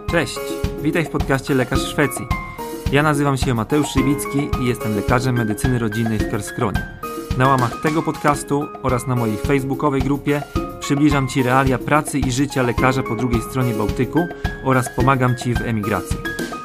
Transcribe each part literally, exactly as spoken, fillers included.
Cześć, witaj w podcaście Lekarz Szwecji. Ja nazywam się Mateusz Rybicki i jestem lekarzem medycyny rodzinnej w Karlskronie. Na łamach tego podcastu oraz na mojej facebookowej grupie przybliżam Ci realia pracy i życia lekarza po drugiej stronie Bałtyku oraz pomagam Ci w emigracji.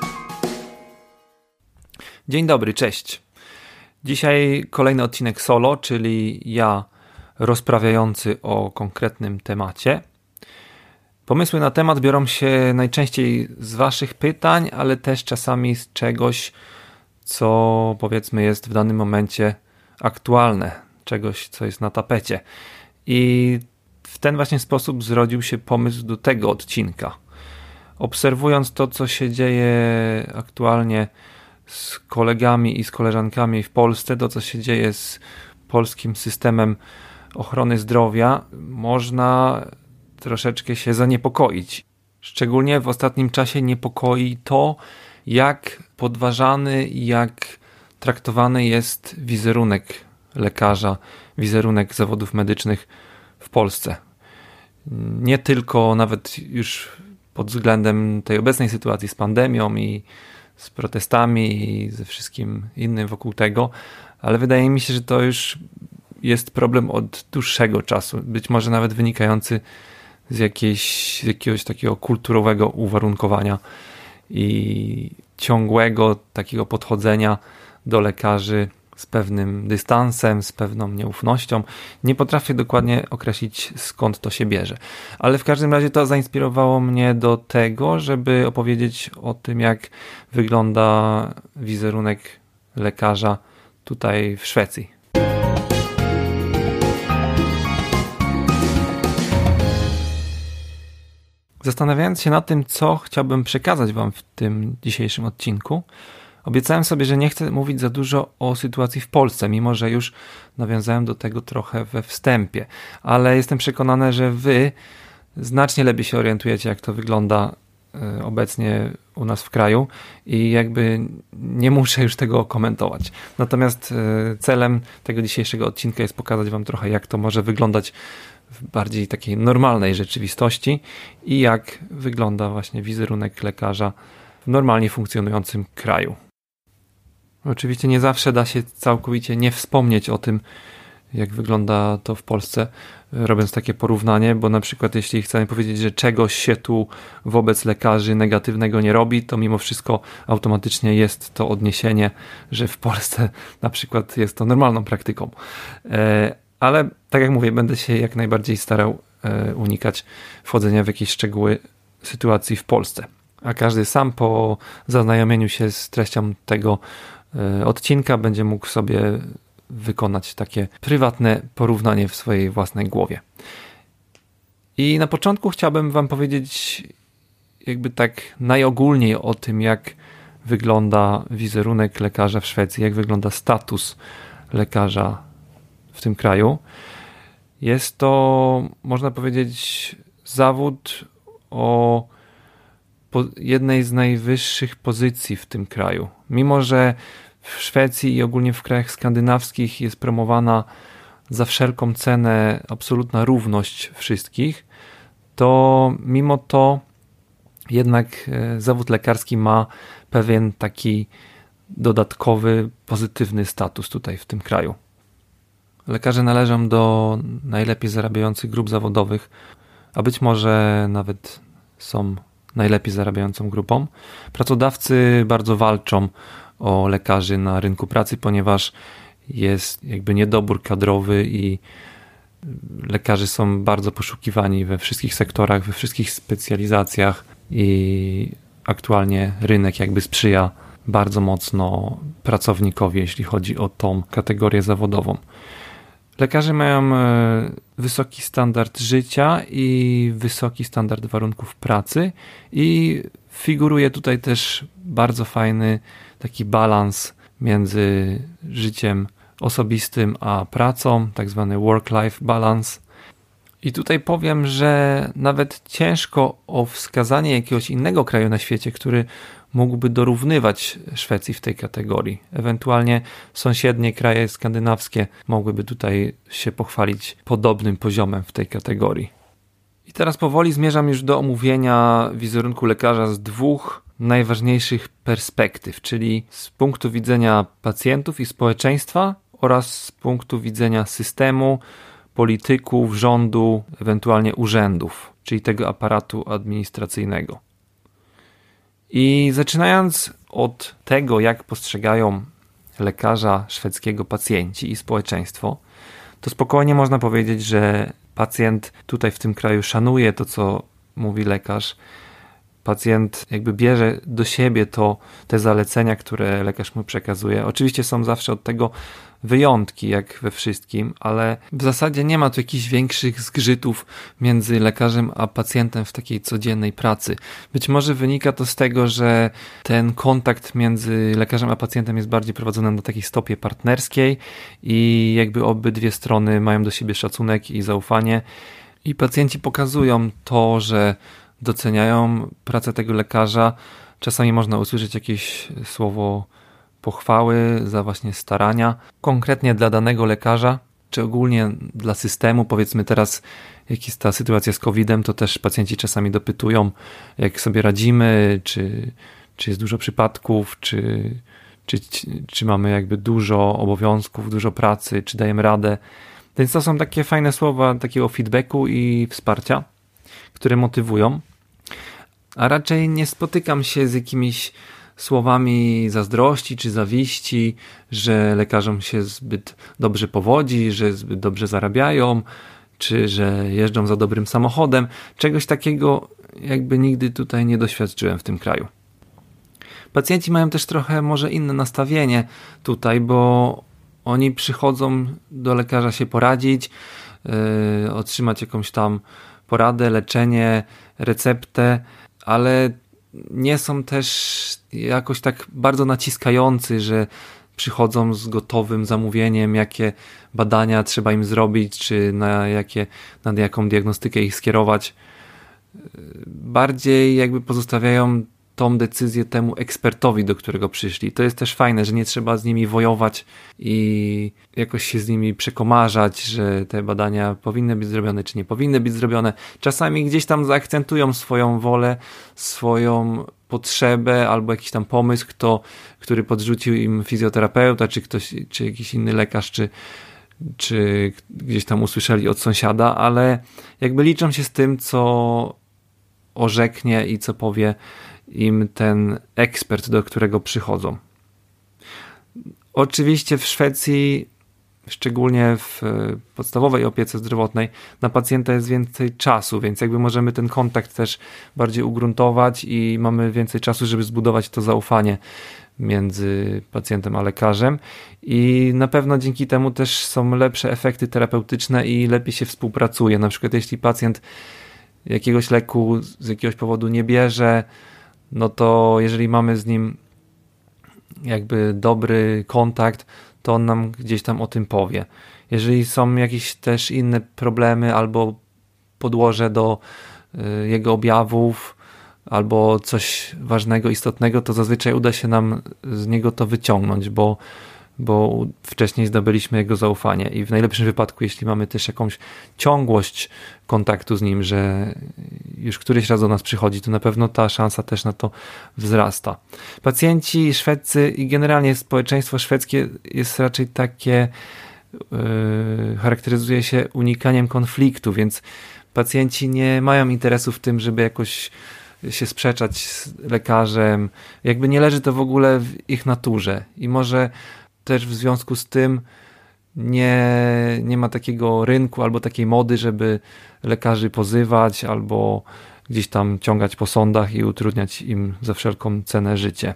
Dzień dobry, cześć. Dzisiaj kolejny odcinek solo, czyli ja rozprawiający o konkretnym temacie. Pomysły na temat biorą się najczęściej z Waszych pytań, ale też czasami z czegoś, co powiedzmy jest w danym momencie aktualne, czegoś, co jest na tapecie. I w ten właśnie sposób zrodził się pomysł do tego odcinka. Obserwując to, co się dzieje aktualnie z kolegami i z koleżankami w Polsce, to, co się dzieje z polskim systemem ochrony zdrowia, można troszeczkę się zaniepokoić. Szczególnie w ostatnim czasie niepokoi to, jak podważany i jak traktowany jest wizerunek lekarza, wizerunek zawodów medycznych w Polsce. Nie tylko nawet już pod względem tej obecnej sytuacji z pandemią i z protestami i ze wszystkim innym wokół tego, ale wydaje mi się, że to już jest problem od dłuższego czasu, być może nawet wynikający z, jakiejś, z jakiegoś takiego kulturowego uwarunkowania i ciągłego takiego podchodzenia do lekarzy z pewnym dystansem, z pewną nieufnością. Nie potrafię dokładnie określić, skąd to się bierze. Ale w każdym razie to zainspirowało mnie do tego, żeby opowiedzieć o tym, jak wygląda wizerunek lekarza tutaj w Szwecji. Zastanawiając się nad tym, co chciałbym przekazać Wam w tym dzisiejszym odcinku, obiecałem sobie, że nie chcę mówić za dużo o sytuacji w Polsce, mimo że już nawiązałem do tego trochę we wstępie. Ale jestem przekonany, że Wy znacznie lepiej się orientujecie, jak to wygląda obecnie u nas w kraju i jakby nie muszę już tego komentować. Natomiast celem tego dzisiejszego odcinka jest pokazać Wam trochę, jak to może wyglądać w bardziej takiej normalnej rzeczywistości i jak wygląda właśnie wizerunek lekarza w normalnie funkcjonującym kraju. Oczywiście nie zawsze da się całkowicie nie wspomnieć o tym, jak wygląda to w Polsce, robiąc takie porównanie, bo na przykład jeśli chcemy powiedzieć, że czegoś się tu wobec lekarzy negatywnego nie robi, to mimo wszystko automatycznie jest to odniesienie, że w Polsce na przykład jest to normalną praktyką. Ale tak jak mówię, będę się jak najbardziej starał unikać wchodzenia w jakieś szczegóły sytuacji w Polsce. A każdy sam po zaznajomieniu się z treścią tego odcinka będzie mógł sobie wykonać takie prywatne porównanie w swojej własnej głowie. I na początku chciałbym Wam powiedzieć jakby tak najogólniej o tym, jak wygląda wizerunek lekarza w Szwecji, jak wygląda status lekarza w tym kraju. Jest to, można powiedzieć, zawód o jednej z najwyższych pozycji w tym kraju. Mimo że w Szwecji i ogólnie w krajach skandynawskich jest promowana za wszelką cenę absolutna równość wszystkich, to mimo to jednak zawód lekarski ma pewien taki dodatkowy, pozytywny status tutaj w tym kraju. Lekarze należą do najlepiej zarabiających grup zawodowych, a być może nawet są najlepiej zarabiającą grupą. Pracodawcy bardzo walczą o lekarzy na rynku pracy, ponieważ jest jakby niedobór kadrowy i lekarze są bardzo poszukiwani we wszystkich sektorach, we wszystkich specjalizacjach i aktualnie rynek jakby sprzyja bardzo mocno pracownikowi, jeśli chodzi o tą kategorię zawodową. Lekarze mają wysoki standard życia i wysoki standard warunków pracy i figuruje tutaj też bardzo fajny taki balans między życiem osobistym a pracą, tak zwany work-life balance. I tutaj powiem, że nawet ciężko o wskazanie jakiegoś innego kraju na świecie, który mógłby dorównywać Szwecji w tej kategorii. Ewentualnie sąsiednie kraje skandynawskie mogłyby tutaj się pochwalić podobnym poziomem w tej kategorii. I teraz powoli zmierzam już do omówienia wizerunku lekarza z dwóch najważniejszych perspektyw, czyli z punktu widzenia pacjentów i społeczeństwa oraz z punktu widzenia systemu, polityków, rządu, ewentualnie urzędów, czyli tego aparatu administracyjnego. I zaczynając od tego, jak postrzegają lekarza szwedzkiego pacjenci i społeczeństwo, to spokojnie można powiedzieć, że pacjent tutaj w tym kraju szanuje to, co mówi lekarz. Pacjent jakby bierze do siebie to, te zalecenia, które lekarz mu przekazuje. Oczywiście są zawsze od tego wyjątki, jak we wszystkim, ale w zasadzie nie ma tu jakichś większych zgrzytów między lekarzem a pacjentem w takiej codziennej pracy. Być może wynika to z tego, że ten kontakt między lekarzem a pacjentem jest bardziej prowadzony na takiej stopie partnerskiej i jakby obydwie strony mają do siebie szacunek i zaufanie i pacjenci pokazują to, że doceniają pracę tego lekarza. Czasami można usłyszeć jakieś słowo pochwały za właśnie starania, konkretnie dla danego lekarza, czy ogólnie dla systemu. Powiedzmy teraz, jak jest ta sytuacja z kowidem, to też pacjenci czasami dopytują, jak sobie radzimy, czy, czy jest dużo przypadków, czy, czy, czy mamy jakby dużo obowiązków, dużo pracy, czy dajemy radę. Więc to są takie fajne słowa takiego feedbacku i wsparcia, które motywują. A raczej nie spotykam się z jakimiś słowami zazdrości czy zawiści, że lekarzom się zbyt dobrze powodzi, że zbyt dobrze zarabiają, czy że jeżdżą za dobrym samochodem. Czegoś takiego jakby nigdy tutaj nie doświadczyłem w tym kraju. Pacjenci mają też trochę może inne nastawienie tutaj, bo oni przychodzą do lekarza się poradzić, yy, otrzymać jakąś tam poradę, leczenie, receptę, ale nie są też jakoś tak bardzo naciskający, że przychodzą z gotowym zamówieniem, jakie badania trzeba im zrobić, czy na, jakie, na jaką diagnostykę ich skierować. Bardziej jakby pozostawiają tą decyzję temu ekspertowi, do którego przyszli. To jest też fajne, że nie trzeba z nimi wojować i jakoś się z nimi przekomarzać, że te badania powinny być zrobione, czy nie powinny być zrobione. Czasami gdzieś tam zaakcentują swoją wolę, swoją potrzebę albo jakiś tam pomysł, kto, który podrzucił im fizjoterapeuta, czy ktoś, czy jakiś inny lekarz, czy, czy gdzieś tam usłyszeli od sąsiada, ale jakby liczą się z tym, co orzeknie i co powie im ten ekspert, do którego przychodzą. Oczywiście w Szwecji, szczególnie w podstawowej opiece zdrowotnej, na pacjenta jest więcej czasu, więc jakby możemy ten kontakt też bardziej ugruntować i mamy więcej czasu, żeby zbudować to zaufanie między pacjentem a lekarzem i na pewno dzięki temu też są lepsze efekty terapeutyczne i lepiej się współpracuje. Na przykład jeśli pacjent jakiegoś leku z jakiegoś powodu nie bierze, no to jeżeli mamy z nim jakby dobry kontakt, to on nam gdzieś tam o tym powie. Jeżeli są jakieś też inne problemy albo podłoże do y, jego objawów albo coś ważnego, istotnego, to zazwyczaj uda się nam z niego to wyciągnąć, bo bo wcześniej zdobyliśmy jego zaufanie i w najlepszym wypadku, jeśli mamy też jakąś ciągłość kontaktu z nim, że już któryś raz do nas przychodzi, to na pewno ta szansa też na to wzrasta. Pacjenci szwedzcy i generalnie społeczeństwo szwedzkie jest raczej takie, yy, charakteryzuje się unikaniem konfliktu, więc pacjenci nie mają interesu w tym, żeby jakoś się sprzeczać z lekarzem. Jakby nie leży to w ogóle w ich naturze i może też w związku z tym nie, nie ma takiego rynku albo takiej mody, żeby lekarzy pozywać albo gdzieś tam ciągać po sądach i utrudniać im za wszelką cenę życie.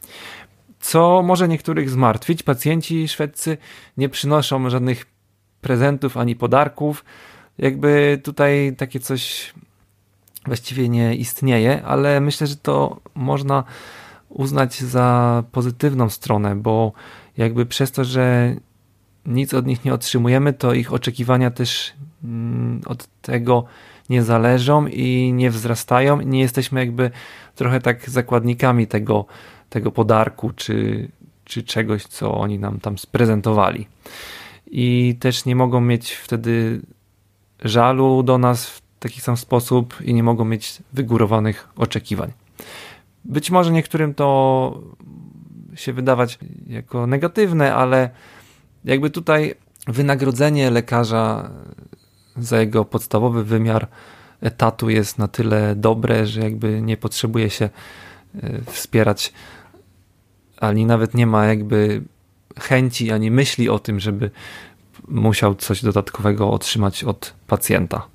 Co może niektórych zmartwić, pacjenci szwedzcy nie przynoszą żadnych prezentów ani podarków. Jakby tutaj takie coś właściwie nie istnieje, ale myślę, że to można uznać za pozytywną stronę, bo jakby przez to, że nic od nich nie otrzymujemy, to ich oczekiwania też od tego nie zależą i nie wzrastają i nie jesteśmy jakby trochę tak zakładnikami tego, tego podarku czy, czy czegoś, co oni nam tam sprezentowali. I też nie mogą mieć wtedy żalu do nas w taki sam sposób i nie mogą mieć wygórowanych oczekiwań. Być może niektórym to się wydawać jako negatywne, ale jakby tutaj wynagrodzenie lekarza za jego podstawowy wymiar etatu jest na tyle dobre, że jakby nie potrzebuje się wspierać, ani nawet nie ma jakby chęci, ani myśli o tym, żeby musiał coś dodatkowego otrzymać od pacjenta.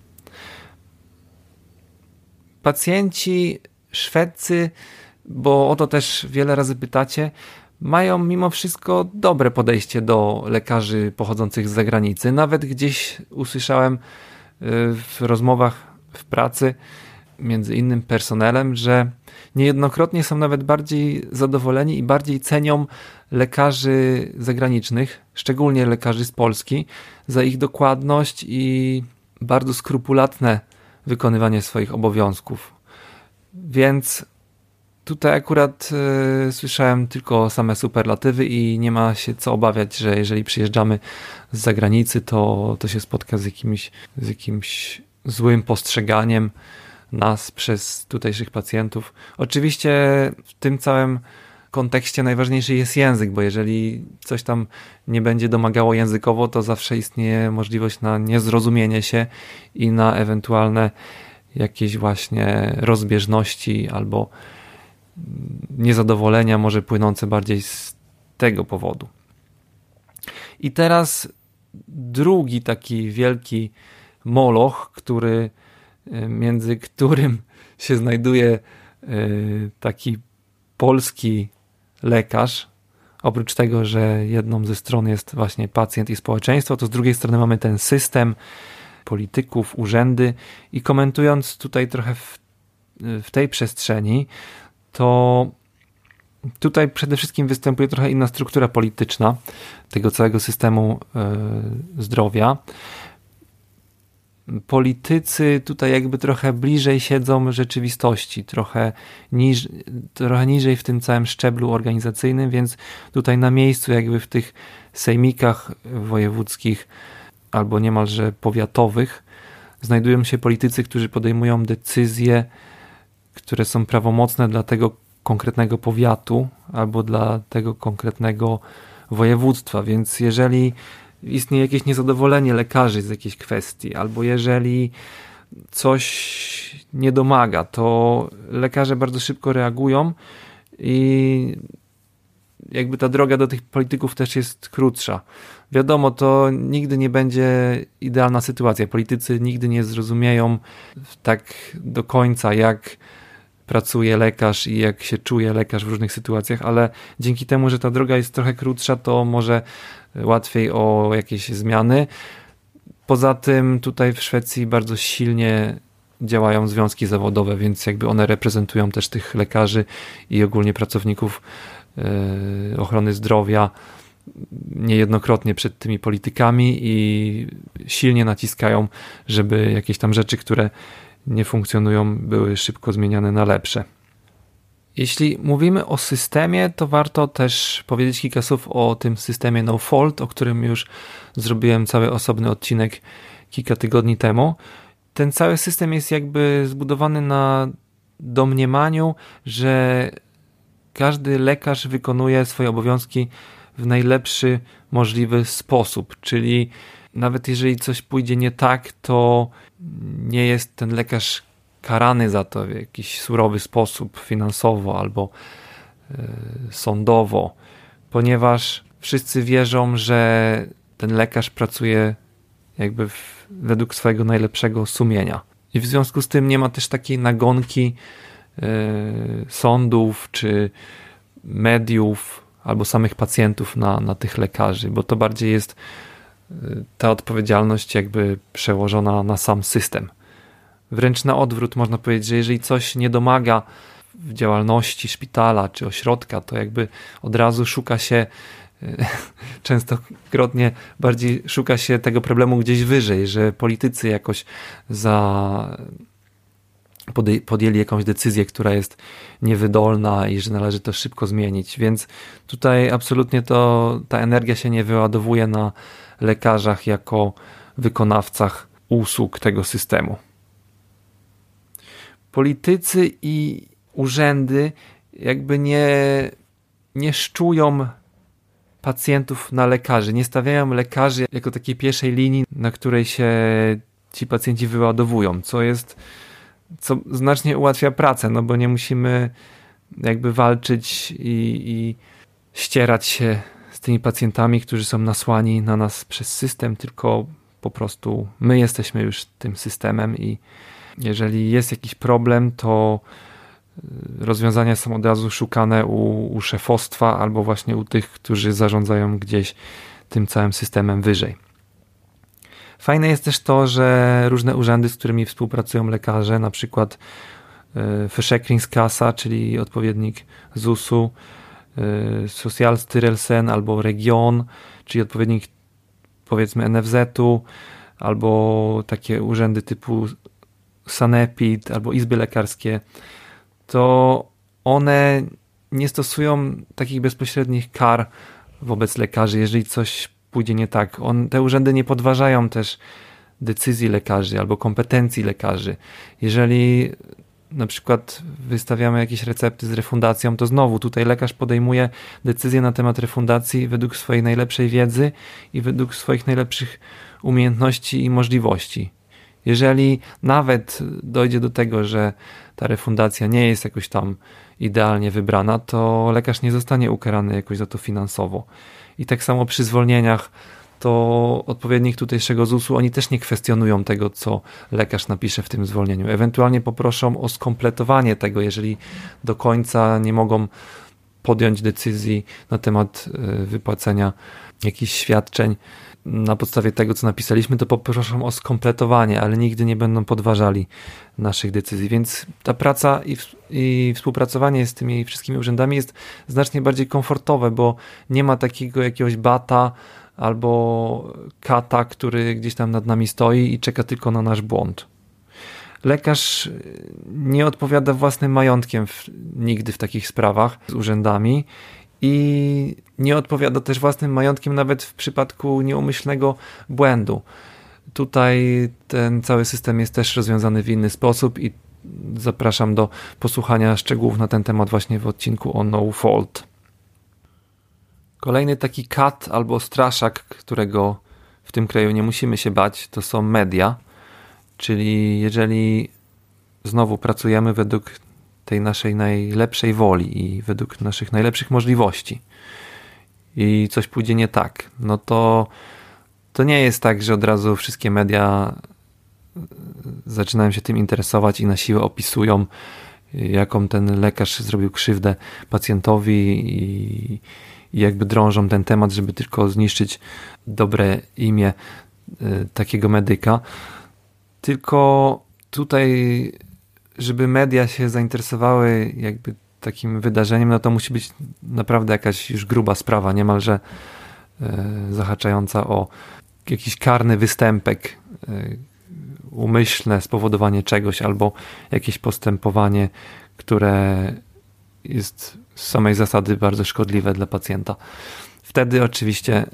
Pacjenci szwedzcy, bo o to też wiele razy pytacie, mają mimo wszystko dobre podejście do lekarzy pochodzących z zagranicy. Nawet gdzieś usłyszałem w rozmowach w pracy między innym personelem, że niejednokrotnie są nawet bardziej zadowoleni i bardziej cenią lekarzy zagranicznych, szczególnie lekarzy z Polski, za ich dokładność i bardzo skrupulatne wykonywanie swoich obowiązków. Więc tutaj akurat y, słyszałem tylko same superlatywy i nie ma się co obawiać, że jeżeli przyjeżdżamy z zagranicy, to, to się spotka z jakimś, z jakimś złym postrzeganiem nas przez tutejszych pacjentów. Oczywiście w tym całym kontekście najważniejszy jest język, bo jeżeli coś tam nie będzie domagało językowo, to zawsze istnieje możliwość na niezrozumienie się i na ewentualne jakieś właśnie rozbieżności albo niezadowolenia może płynące bardziej z tego powodu. I teraz drugi taki wielki moloch, który, między którym się znajduje taki polski lekarz, oprócz tego, że jedną ze stron jest właśnie pacjent i społeczeństwo, to z drugiej strony mamy ten system polityków, urzędy i komentując tutaj trochę w, w tej przestrzeni, to tutaj przede wszystkim występuje trochę inna struktura polityczna tego całego systemu y, zdrowia. Politycy tutaj jakby trochę bliżej siedzą rzeczywistości, trochę, niż, trochę niżej w tym całym szczeblu organizacyjnym, więc tutaj na miejscu jakby w tych sejmikach wojewódzkich albo niemalże powiatowych znajdują się politycy, którzy podejmują decyzje, które są prawomocne dla tego konkretnego powiatu albo dla tego konkretnego województwa, więc jeżeli istnieje jakieś niezadowolenie lekarzy z jakiejś kwestii, albo jeżeli coś nie domaga, to lekarze bardzo szybko reagują i jakby ta droga do tych polityków też jest krótsza. Wiadomo, to nigdy nie będzie idealna sytuacja. Politycy nigdy nie zrozumieją tak do końca, jak pracuje lekarz i jak się czuje lekarz w różnych sytuacjach, ale dzięki temu, że ta droga jest trochę krótsza, to może łatwiej o jakieś zmiany. Poza tym tutaj w Szwecji bardzo silnie działają związki zawodowe, więc jakby one reprezentują też tych lekarzy i ogólnie pracowników yy, ochrony zdrowia niejednokrotnie przed tymi politykami i silnie naciskają, żeby jakieś tam rzeczy, które nie funkcjonują, były szybko zmieniane na lepsze. Jeśli mówimy o systemie, to warto też powiedzieć kilka słów o tym systemie No Fault, o którym już zrobiłem cały osobny odcinek kilka tygodni temu. Ten cały system jest jakby zbudowany na domniemaniu, że każdy lekarz wykonuje swoje obowiązki w najlepszy możliwy sposób, czyli nawet jeżeli coś pójdzie nie tak, to nie jest ten lekarz karany za to w jakiś surowy sposób finansowo albo y, sądowo, ponieważ wszyscy wierzą, że ten lekarz pracuje jakby w, według swojego najlepszego sumienia. I w związku z tym nie ma też takiej nagonki y, sądów czy mediów albo samych pacjentów na, na tych lekarzy, bo to bardziej jest ta odpowiedzialność jakby przełożona na sam system. Wręcz na odwrót można powiedzieć, że jeżeli coś nie domaga w działalności szpitala czy ośrodka, to jakby od razu szuka się, częstokrotnie bardziej szuka się tego problemu gdzieś wyżej, że politycy jakoś za podjęli jakąś decyzję, która jest niewydolna i że należy to szybko zmienić. Więc tutaj absolutnie to ta energia się nie wyładowuje na lekarzach jako wykonawcach usług tego systemu. politycy i urzędy jakby nie, nie szczują pacjentów na lekarzy, nie stawiają lekarzy jako takiej pierwszej linii, na której się ci pacjenci wyładowują, co jest, co znacznie ułatwia pracę, no bo nie musimy jakby walczyć i, i ścierać się z tymi pacjentami, którzy są nasłani na nas przez system, tylko po prostu my jesteśmy już tym systemem i jeżeli jest jakiś problem, to rozwiązania są od razu szukane u, u szefostwa albo właśnie u tych, którzy zarządzają gdzieś tym całym systemem wyżej. Fajne jest też to, że różne urzędy, z którymi współpracują lekarze, na przykład Försäkringskassa, czyli odpowiednik zusu, Socialstyrelsen albo Region, czyli odpowiednik powiedzmy en ef zetu, albo takie urzędy typu Sanepid albo izby lekarskie, to one nie stosują takich bezpośrednich kar wobec lekarzy, jeżeli coś pójdzie nie tak. On, te urzędy nie podważają też decyzji lekarzy albo kompetencji lekarzy. Jeżeli na przykład wystawiamy jakieś recepty z refundacją, to znowu tutaj lekarz podejmuje decyzję na temat refundacji według swojej najlepszej wiedzy i według swoich najlepszych umiejętności i możliwości. Jeżeli nawet dojdzie do tego, że ta refundacja nie jest jakoś tam idealnie wybrana, to lekarz nie zostanie ukarany jakoś za to finansowo. I tak samo przy zwolnieniach, to odpowiednik tutejszego zusu, oni też nie kwestionują tego, co lekarz napisze w tym zwolnieniu. Ewentualnie poproszą o skompletowanie tego, jeżeli do końca nie mogą podjąć decyzji na temat wypłacenia jakichś świadczeń na podstawie tego, co napisaliśmy, to poproszą o skompletowanie, ale nigdy nie będą podważali naszych decyzji. Więc ta praca i, i współpracowanie z tymi wszystkimi urzędami jest znacznie bardziej komfortowe, bo nie ma takiego jakiegoś bata albo kata, który gdzieś tam nad nami stoi i czeka tylko na nasz błąd. Lekarz nie odpowiada własnym majątkiem w, nigdy w takich sprawach z urzędami i nie odpowiada też własnym majątkiem nawet w przypadku nieumyślnego błędu. Tutaj ten cały system jest też rozwiązany w inny sposób i zapraszam do posłuchania szczegółów na ten temat właśnie w odcinku o No Fault. Kolejny taki kat albo straszak, którego w tym kraju nie musimy się bać, to są media, czyli jeżeli znowu pracujemy według tej naszej najlepszej woli i według naszych najlepszych możliwości i coś pójdzie nie tak, no to to nie jest tak, że od razu wszystkie media zaczynają się tym interesować i na siłę opisują, jaką ten lekarz zrobił krzywdę pacjentowi i, i jakby drążą ten temat, żeby tylko zniszczyć dobre imię y, takiego medyka. Tylko tutaj, żeby media się zainteresowały jakby takim wydarzeniem, no to musi być naprawdę jakaś już gruba sprawa, niemalże y, zahaczająca o jakiś karny występek, y, umyślne spowodowanie czegoś albo jakieś postępowanie, które jest z samej zasady bardzo szkodliwe dla pacjenta. Wtedy oczywiście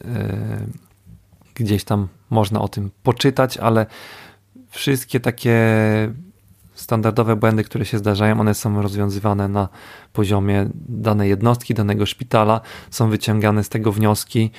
yy, gdzieś tam można o tym poczytać, ale wszystkie takie standardowe błędy, które się zdarzają, one są rozwiązywane na poziomie danej jednostki, danego szpitala, są wyciągane z tego wnioski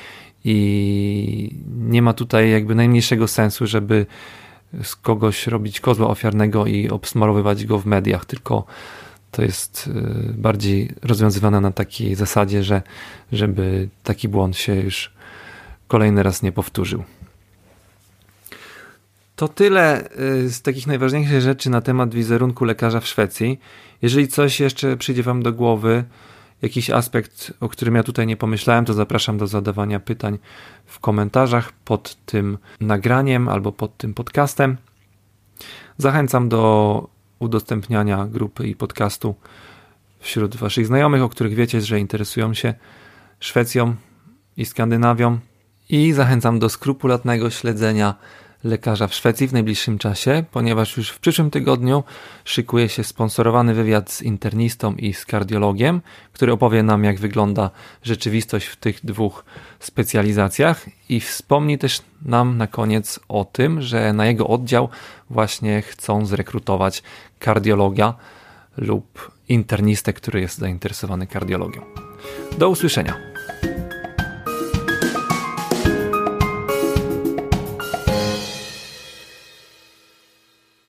i nie ma tutaj jakby najmniejszego sensu, żeby z kogoś robić kozła ofiarnego i obsmarowywać go w mediach, tylko to jest bardziej rozwiązywane na takiej zasadzie, że żeby taki błąd się już kolejny raz nie powtórzył. To tyle z takich najważniejszych rzeczy na temat wizerunku lekarza w Szwecji. Jeżeli coś jeszcze przyjdzie wam do głowy, jakiś aspekt, o którym ja tutaj nie pomyślałem, to zapraszam do zadawania pytań w komentarzach pod tym nagraniem albo pod tym podcastem. Zachęcam do udostępniania grupy i podcastu wśród waszych znajomych, o których wiecie, że interesują się Szwecją i Skandynawią. I zachęcam do skrupulatnego śledzenia lekarza w Szwecji w najbliższym czasie, ponieważ już w przyszłym tygodniu szykuje się sponsorowany wywiad z internistą i z kardiologiem, który opowie nam, jak wygląda rzeczywistość w tych dwóch specjalizacjach i wspomni też nam na koniec o tym, że na jego oddział właśnie chcą zrekrutować kardiologa lub internistę, który jest zainteresowany kardiologią. Do usłyszenia.